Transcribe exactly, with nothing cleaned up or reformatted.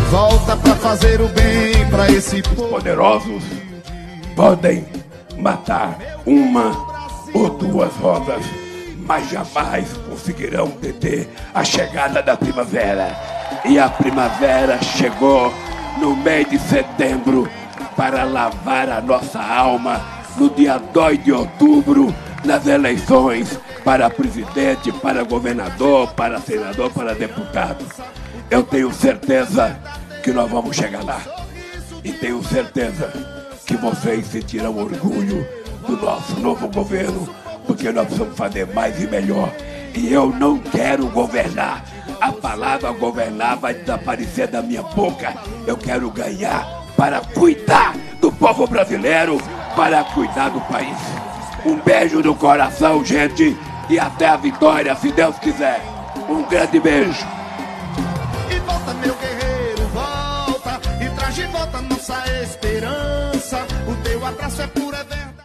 volta pra fazer o bem pra esse povo. Os poderosos podem matar uma ou duas rodas, mas jamais conseguirão deter a chegada da primavera. E a primavera chegou no mês de setembro para lavar a nossa alma no dia dois de outubro, nas eleições para presidente, para governador, para senador, para deputado. Eu tenho certeza que nós vamos chegar lá. E tenho certeza que vocês sentirão orgulho do nosso novo governo, porque nós precisamos fazer mais e melhor. E eu não quero governar. A palavra governar vai desaparecer da minha boca. Eu quero ganhar para cuidar do povo brasileiro, para cuidar do país. Um beijo no coração, gente, e até a vitória, se Deus quiser. Um grande beijo. E volta, meu guerreiro, volta, e traz de volta nossa esperança. O teu abraço é pura